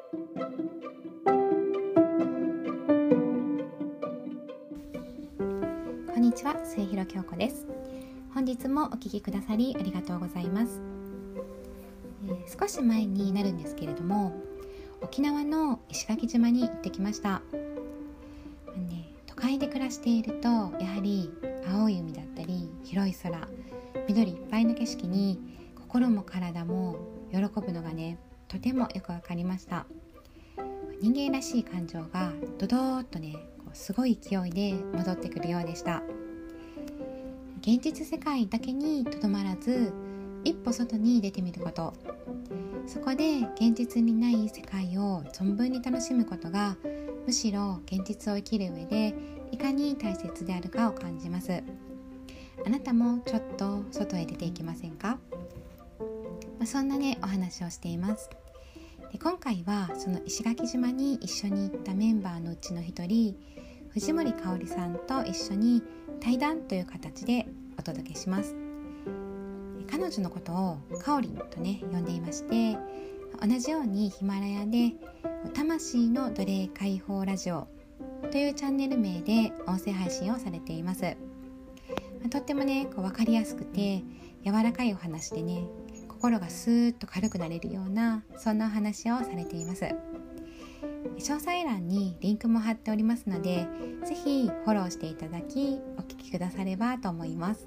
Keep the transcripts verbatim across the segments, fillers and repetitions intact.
こんにちは、末広京子です。本日もお聞きくださりありがとうございます。えー、少し前になるんですけれども、沖縄の石垣島に行ってきました。ね、都会で暮らしていると、やはり青い海だったり広い空、緑いっぱいの景色に心も体も喜ぶのがね、とてもよくわかりました。人間らしい感情がドドーッとね、すごい勢いで戻ってくるようでした。現実世界だけにとどまらず、一歩外に出てみること、そこで現実にない世界を存分に楽しむことが、むしろ現実を生きる上でいかに大切であるかを感じます。あなたもちょっと外へ出ていきませんか？まあ、そんなねお話をしています。で、今回はその石垣島に一緒に行ったメンバーのうちの一人、藤森かおりさんと一緒に対談という形でお届けします。彼女のことをかおりんとね呼んでいまして、同じようにヒマラヤで魂の奴隷解放ラジオというチャンネル名で音声配信をされています。とってもねこう分かりやすくて柔らかいお話でね、心がスーッと軽くなれるような、そんなお話をされています。詳細欄にリンクも貼っておりますので、ぜひフォローしていただきお聞きくださればと思います。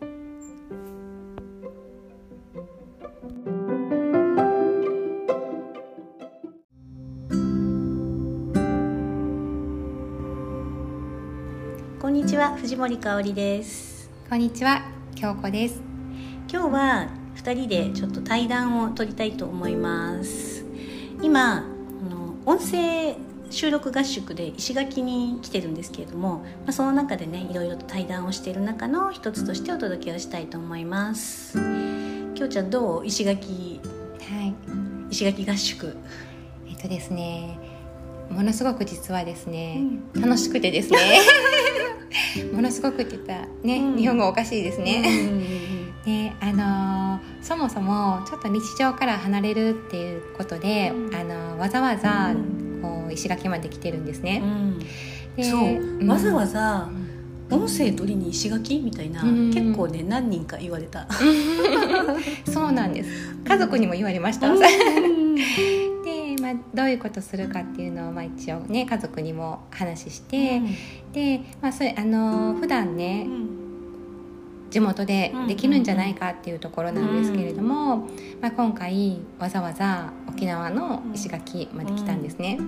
こんにちは、藤森かおりです。 こんにちは、京子です。 今日はふたりでちょっと対談を取りたいと思います。今あの音声収録合宿で石垣に来てるんですけれども、まあ、その中でねいろいろと対談をしている中の一つとしてお届けをしたいと思います。きょうちゃんどう？石垣、 はい、 石垣合宿。 えっとですねものすごく実はですね、 うん、 楽しくてですねものすごくって言ったらね、うん、日本語おかしいですね、うんうんうんであのー、そもそもちょっと日常から離れるっていうことで、うんあのー、わざわざこう石垣まで来てるんですね、うん、 でそう、うん、わざわざ音声取りに石垣みたいな、うん、結構ね何人か言われたそうなんです。家族にも言われました、うんで、まあ、どういうことするかっていうのを、まあ、一応ね家族にも話して、うん、で、まあ、それあの普段ね、うん地元でできるんじゃないかっていうところなんですけれども、うんまあ、今回わざわざ沖縄の石垣まで来たんですね、うん、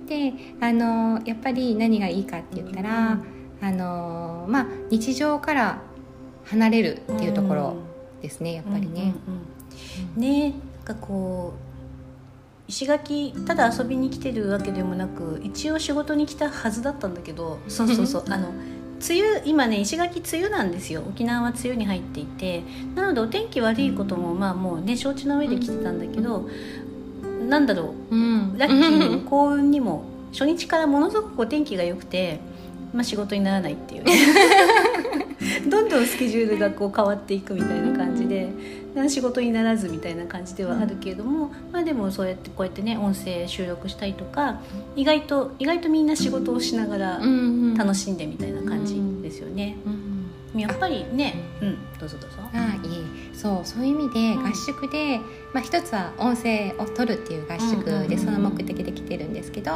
であのやっぱり何がいいかって言ったら、あの、まあ、日常から離れるっていうところですね、やっぱりね、 うんうんうん、ね、なんかこう石垣ただ遊びに来てるわけでもなく、一応仕事に来たはずだったんだけど、そうそうそうあの梅雨今ね石垣梅雨なんですよ。沖縄は梅雨に入っていて、なのでお天気悪いこともまあもうね承知の上で来てたんだけど、なんだろう、うん、ラッキーにも幸運にも初日からものすごくお天気が良くて、まあ、仕事にならないっていうねどんどんスケジュールがこう変わっていくみたいな感じで、仕事にならずみたいな感じではあるけれども、まあ、でもそうやってこうやってね音声収録したりとか、意外と意外とみんな仕事をしながら楽しんでみたいな感じですよね、うんうん、やっぱりね、うん、どうぞどうぞ。 ああいいそうそういう意味で合宿で、うんまあ、一つは音声を取るっていう合宿でその目的で来てるんですけど、うん、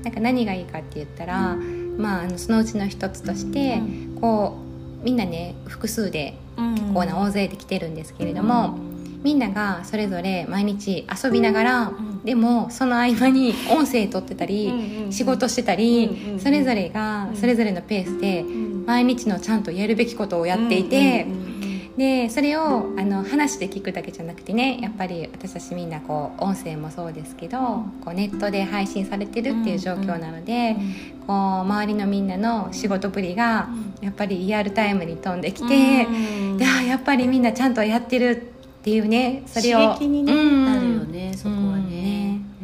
なんか何がいいかって言ったら、まあ、あのそのうちの一つとして、うん、こうみんなね複数で結構な大勢で来てるんですけれども、うん、みんながそれぞれ毎日遊びながら、うん、でもその合間に音声取ってたり、うん、仕事してたり、うん、それぞれがそれぞれのペースで毎日のちゃんとやるべきことをやっていて、うん、でそれをあの話で聞くだけじゃなくてね、やっぱり私たちみんなこう音声もそうですけど、こうネットで配信されてるっていう状況なので、こう周りのみんなの仕事ぶりがやっぱりリアルタイムに飛んできて、でやっぱりみんなちゃんとやってるっていうね、それを刺激に、ねうん、なるよね、そこはね、うん、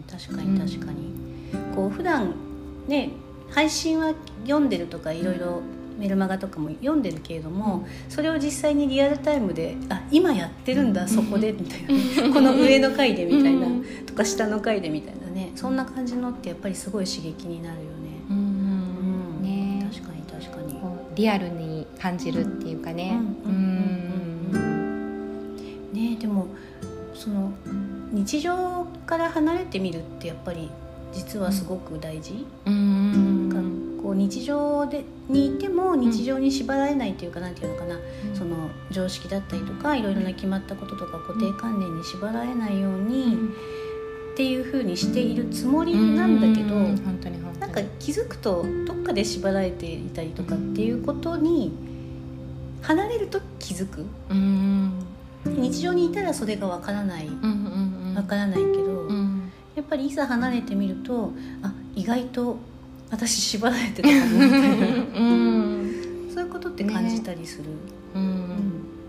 確かに確かに、うん、こう普段ね配信は読んでるとかいろいろメルマガとかも読んでるけれども、うん、それを実際にリアルタイムであ今やってるんだそこでみたいな、うん、この上の階でみたいなとか下の階でみたいなね、そんな感じのってやっぱりすごい刺激になるよね。 うんうんね、 確かに確かにこうリアルに感じるっていうかね。 ね、でもその日常から離れてみるってやっぱり実はすごく大事、 うんうんなんかこう日常でにいても日常に縛られないっていうか、なんていうのかな、 うん、 その常識だったりとかいろいろな決まったこととか固定観念に縛られないように、 うんっていう風にしているつもりなんだけど、 うん本当に本当になんか気づくとどっかで縛られていたりとかっていうことに離れると気づく。 うん日常にいたらそれがわからないうんうんうんわからないけど、 うんやっぱりいざ離れてみると、あ、意外と私縛られてたかもみたいなうんそういうことって感じたりする、 うんうん